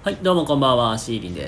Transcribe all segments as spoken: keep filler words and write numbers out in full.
はい、どうもこんばんは、シーリンです。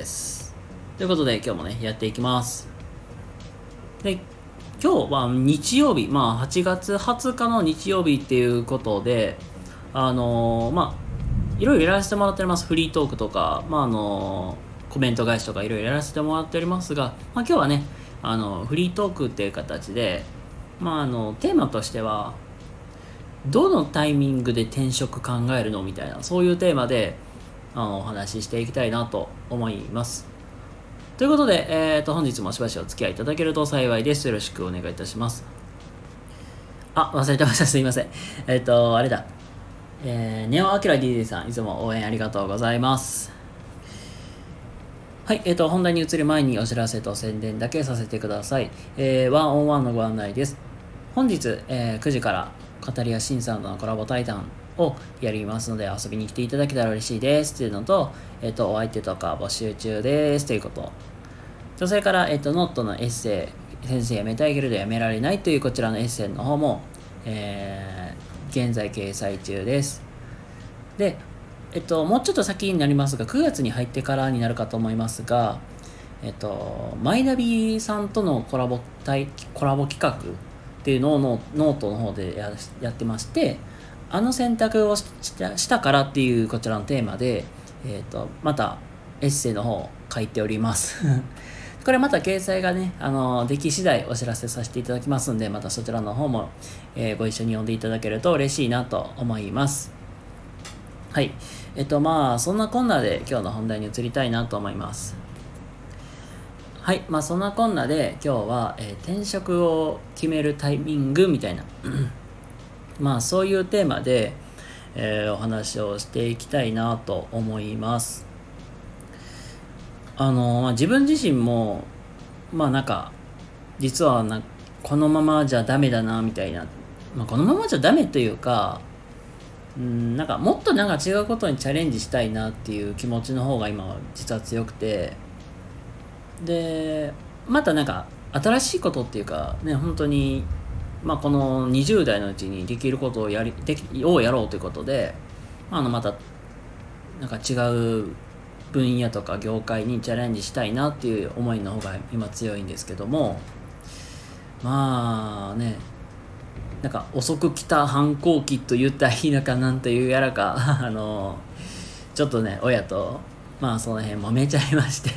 ということで、今日もね、やっていきます。で、今日は日曜日、まあ、はちがつはつかの日曜日っていうことで、あのー、まあ、いろいろやらせてもらっております。フリートークとか、まあ、あのー、コメント返しとかいろいろやらせてもらっておりますが、まあ、今日はね、あの、フリートークっていう形で、まあ、あの、テーマとしては、どのタイミングで転職考えるのみたいな、そういうテーマで、あの、お話ししていきたいなと思います。ということで、えー、と本日もしばしお付き合いいただけると幸いです。よろしくお願いいたします。あ、忘れてました。すいません。えっ、ー、と、あれだ。えー、ネオアキラ ディージェー さん、いつも応援ありがとうございます。はい、えっ、ー、と、本題に移る前にお知らせと宣伝だけさせてください。えー、ワンオンワンのご案内です。本日、えー、くじから語りやしんさんとのコラボ対談をやりますので遊びに来ていただけたら嬉しいですっていうのと、えっ、ー、と、お相手とか募集中ですということそれから、えっと、ノットのエッセイ、先生辞めたいけれど辞められないというこちらのエッセイの方も、えー、現在掲載中です。で、えっと、もうちょっと先になりますが、くがつに入ってからになるかと思いますが、えっと、マイナビさんとのコラボ対コラボ企画っていうのをノートの方で や, やってまして、あの選択をしたしたからっていうこちらのテーマで、えっと、またエッセイの方を書いております。これまた掲載がね、あの、でき次第お知らせさせていただきますんで、またそちらの方も、えーご一緒に読んでいただけると嬉しいなと思います。はい。えっと、まあ、そんなこんなで今日の本題に移りたいなと思います。はい。まあ、そんなこんなで今日は、えー転職を決めるタイミングみたいな、まあ、そういうテーマで、えーお話をしていきたいなと思います。あの、まあ、自分自身も、まあなんか、実はなこのままじゃダメだなみたいな、まあ、このままじゃダメというか、うんなんかもっとなんか違うことにチャレンジしたいなっていう気持ちの方が今は実は強くて、でまたなんか新しいことっていうかね、本当にまあこのにじゅう代のうちにできることをやりできをやろうということで、あのまたなんか違う分野とか業界にチャレンジしたいなっていう思いの方が今強いんですけども、まあね、なんか遅く来た反抗期と言ったらいいのかなんというやらかあのちょっとね親とまあその辺揉めちゃいまして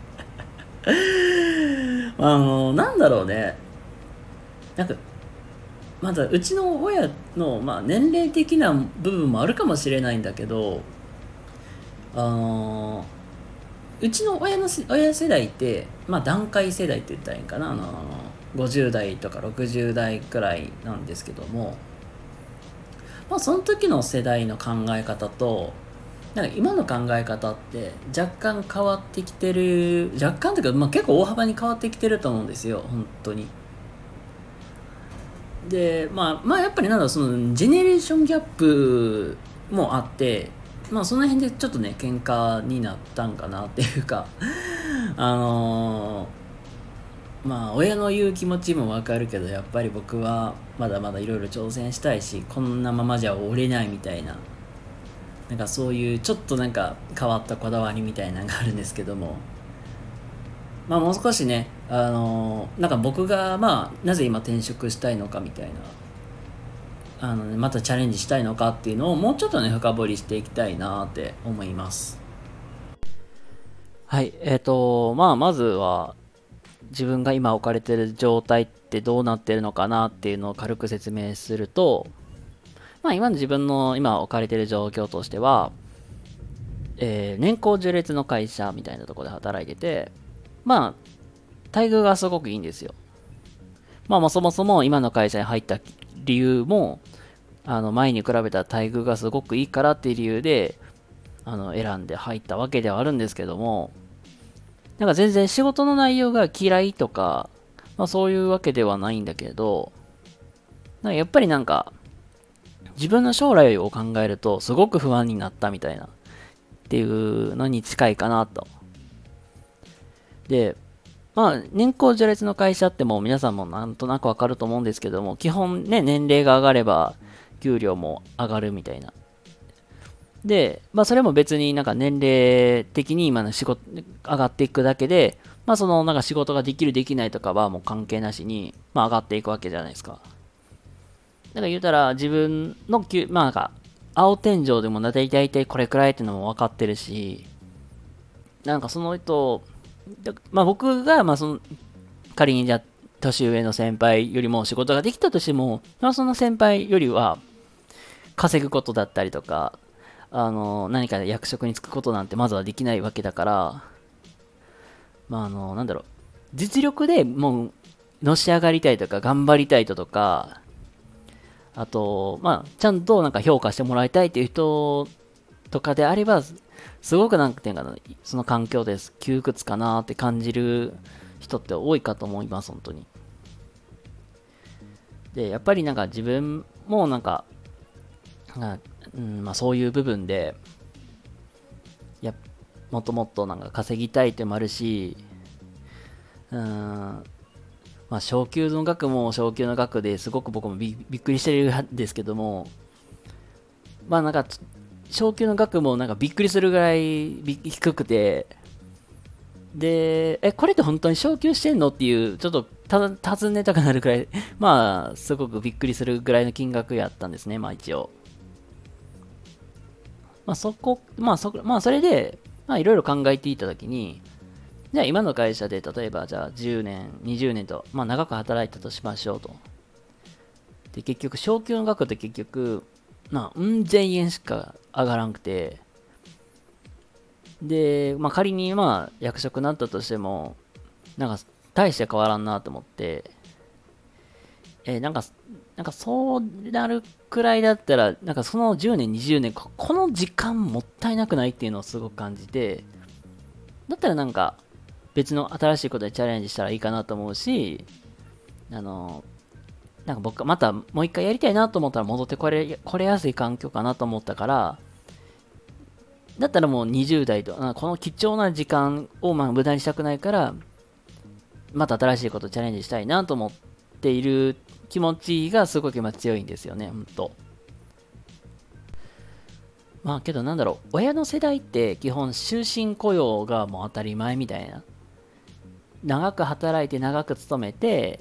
あのなんだろうね、なんかまだうちの親の、まあ、年齢的な部分もあるかもしれないんだけど、あのうちの親の親世代って、まあ、団塊世代って言ったらいいんかな、あのごじゅう代とかろくじゅう代くらいなんですけども、まあ、その時の世代の考え方となんか今の考え方って若干変わってきてる、若干というか、まあ、結構大幅に変わってきてると思うんですよ本当に。でまあまあやっぱりなんだろう、そのジェネレーションギャップもあって、まあその辺でちょっとね喧嘩になったんかなっていうかあのーまあ親の言う気持ちもわかるけど、やっぱり僕はまだまだいろいろ挑戦したいし、こんなままじゃ折れないみたいな、なんかそういうちょっとなんか変わったこだわりみたいなのがあるんですけども、まあもう少しね、あのーなんか僕がまあなぜ今転職したいのかみたいな、あの、ね、またチャレンジしたいのかっていうのをもうちょっとね深掘りしていきたいなって思います。はい、えっ、ー、とまあまずは自分が今置かれてる状態ってどうなってるのかなっていうのを軽く説明すると、まあ今の自分の今置かれてる状況としては、えー年功序列の会社みたいなところで働いてて、まあ待遇がすごくいいんですよ。まあもうそもそも今の会社に入った理由も、あの前に比べたら待遇がすごくいいからっていう理由で、あの選んで入ったわけではあるんですけども、なんか全然仕事の内容が嫌いとか、まあそういうわけではないんだけど、なんかやっぱりなんか自分の将来を考えるとすごく不安になったみたいなっていうのに近いかなと。で、まあ年功序列の会社ってもう皆さんもなんとなくわかると思うんですけども、基本ね年齢が上がれば給料も上がるみたいな。 で、まあそれも別になんか年齢的に今の仕事上がっていくだけで、まあそのなんか仕事ができるできないとかはもう関係なしに、まあ上がっていくわけじゃないですか。だから言うたら自分の給、まあなんか青天井でも大体これくらいっていうのも分かってるし、なんかその人、まあ僕がまあその仮にじゃ年上の先輩よりも仕事ができたとしても、まあその先輩よりは稼ぐことだったりとか、あの何か役職に就くことなんてまずはできないわけだから、まああのなんだろう、実力でもうのし上がりたいとか頑張りたいとか、あとまあちゃんとなんか評価してもらいたいっていう人とかであれば、すごくなんていうかな、その環境です窮屈かなって感じる人って多いかと思います、本当に。で、やっぱりなんか自分もなんか、なんかうんまあ、そういう部分で、やもっともっとなんか稼ぎたいってもあるし、うーん、まあ、昇給の額も昇給の額ですごく僕も び, びっくりしてるんですけども、まあなんか、昇給の額もなんかびっくりするぐらい低くて、で、え、これって本当に昇給してんのっていう、ちょっとた尋ねたくなるくらい、まあ、すごくびっくりするぐらいの金額やったんですね、まあ一応。まあそこ、まあそ、まあそれで、まあいろいろ考えていたときに、じゃあ今の会社で例えばじゃあじゅうねん、にじゅうねんと、まあ長く働いたとしましょうと。で、結局、昇給の額って結局、まあ、うん千円しか上がらんくて、で、まあ仮にまあ役職になったとしても、なんか大して変わらんなと思って、えーなんか、なんかそうなるくらいだったら、なんかそのじゅうねん、にじゅうねん、ここの時間もったいなくないっていうのをすごく感じて、だったらなんか別の新しいことでチャレンジしたらいいかなと思うし、あの、なんか僕またもう一回やりたいなと思ったら戻ってこれ、これやすい環境かなと思ったから、だったらもうにじゅう代と、この貴重な時間をまあ無駄にしたくないから、また新しいことチャレンジしたいなと思っている気持ちがすごく今強いんですよね、ほんと。まあけどなんだろう、親の世代って基本終身雇用がもう当たり前みたいな。長く働いて長く勤めて、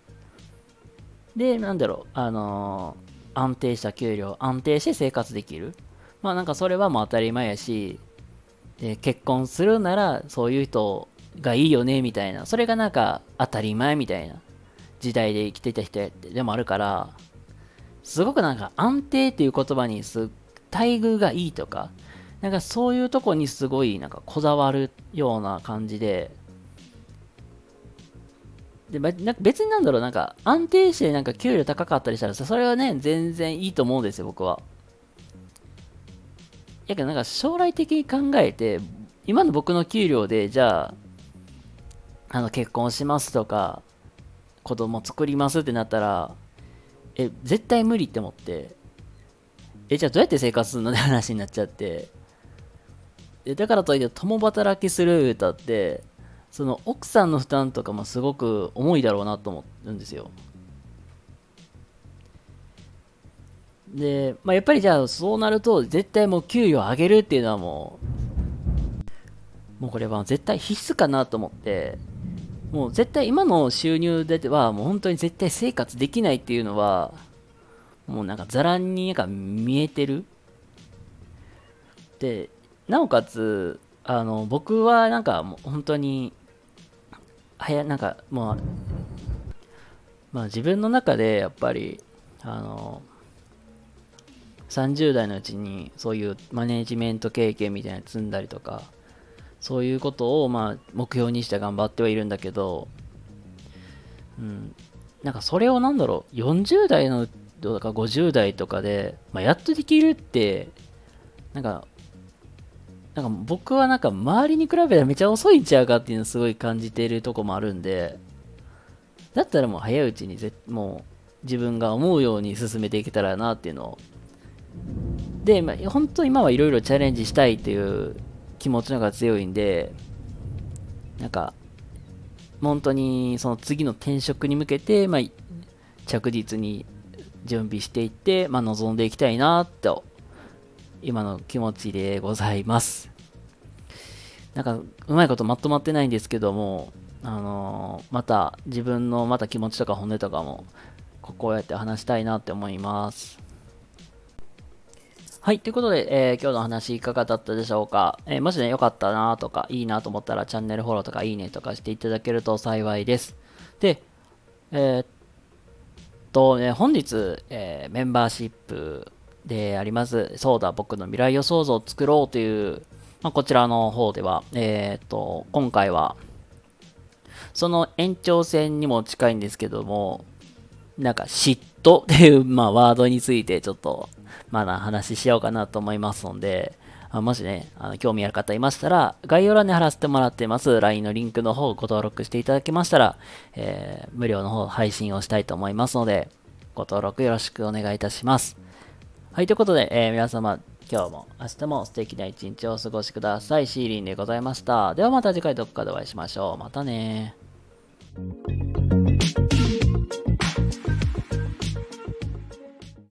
で、なんだろう、あのー安定した給料、安定して生活できる。まあなんかそれはもう当たり前やし、で結婚するならそういう人がいいよねみたいな、それがなんか当たり前みたいな時代で生きていた人でもあるから、すごくなんか安定っていう言葉にす待遇がいいとか、なんかそういうとこにすごいなんかこだわるような感じで、でなんか別になんだろう、なんか安定してなんか給料高かったりしたらさ、それはね、全然いいと思うんですよ、僕は。やけどなんか将来的に考えて、今の僕の給料で、じゃあ、あの結婚しますとか、子供作りますってなったら、え、絶対無理って思って、え、じゃあどうやって生活するのって話になっちゃって、でだからといって共働きする歌って、その奥さんの負担とかもすごく重いだろうなと思うんですよ。で、まあ、やっぱりじゃあそうなると絶対もう給与上げるっていうのはもう、もうこれは絶対必須かなと思って、もう絶対今の収入ではもう本当に絶対生活できないっていうのは、もうなんかざらになんか見えてる。で、なおかつ、あの、僕はなんかもう本当に、はや、なんかもう、まあ自分の中でやっぱり、あの、さんじゅう代のうちにそういうマネジメント経験みたいなの積んだりとか、そういうことをまあ目標にして頑張ってはいるんだけど、うん、なんかそれをなんだろう、よんじゅう代のとかごじゅう代とかで、まあ、やっとできるって、なんか、なんか僕はなんか周りに比べたらめちゃ遅いんちゃうかっていうのをすごい感じているとこもあるんで、だったらもう早いうちにぜもう自分が思うように進めていけたらなっていうのを。で、まあ、本当今はいろいろチャレンジしたいっていう気持ちの方が強いんで、なんか、本当にその次の転職に向けて、まあ、着実に準備していって、まあ、望んでいきたいなって今の気持ちでございます。なんか、うまいことまとまってないんですけども、あのーまた自分のまた気持ちとか本音とかも、こうやって話したいなって思います。はい。ということで、えー今日の話いかがだったでしょうか。えーもしね、良かったなとか、いいなと思ったら、チャンネルフォローとか、いいねとかしていただけると幸いです。で、えーっとね、本日、えーメンバーシップであります、そうだ、僕の未来予想図を作ろうという、まあ、こちらの方では、えーっと、今回は、その延長線にも近いんですけども、なんか嫉妬っていう、まあ、ワードについてちょっと、まだ話ししようかなと思いますので、あもしね、あの興味ある方いましたら、概要欄に貼らせてもらってます ライン のリンクの方をご登録していただけましたら、えー無料の方配信をしたいと思いますので、ご登録よろしくお願いいたします。はい、ということで、えー皆様、今日も明日も素敵な一日をお過ごしください。シーリンでございました。ではまた次回どこかでお会いしましょう。またねー。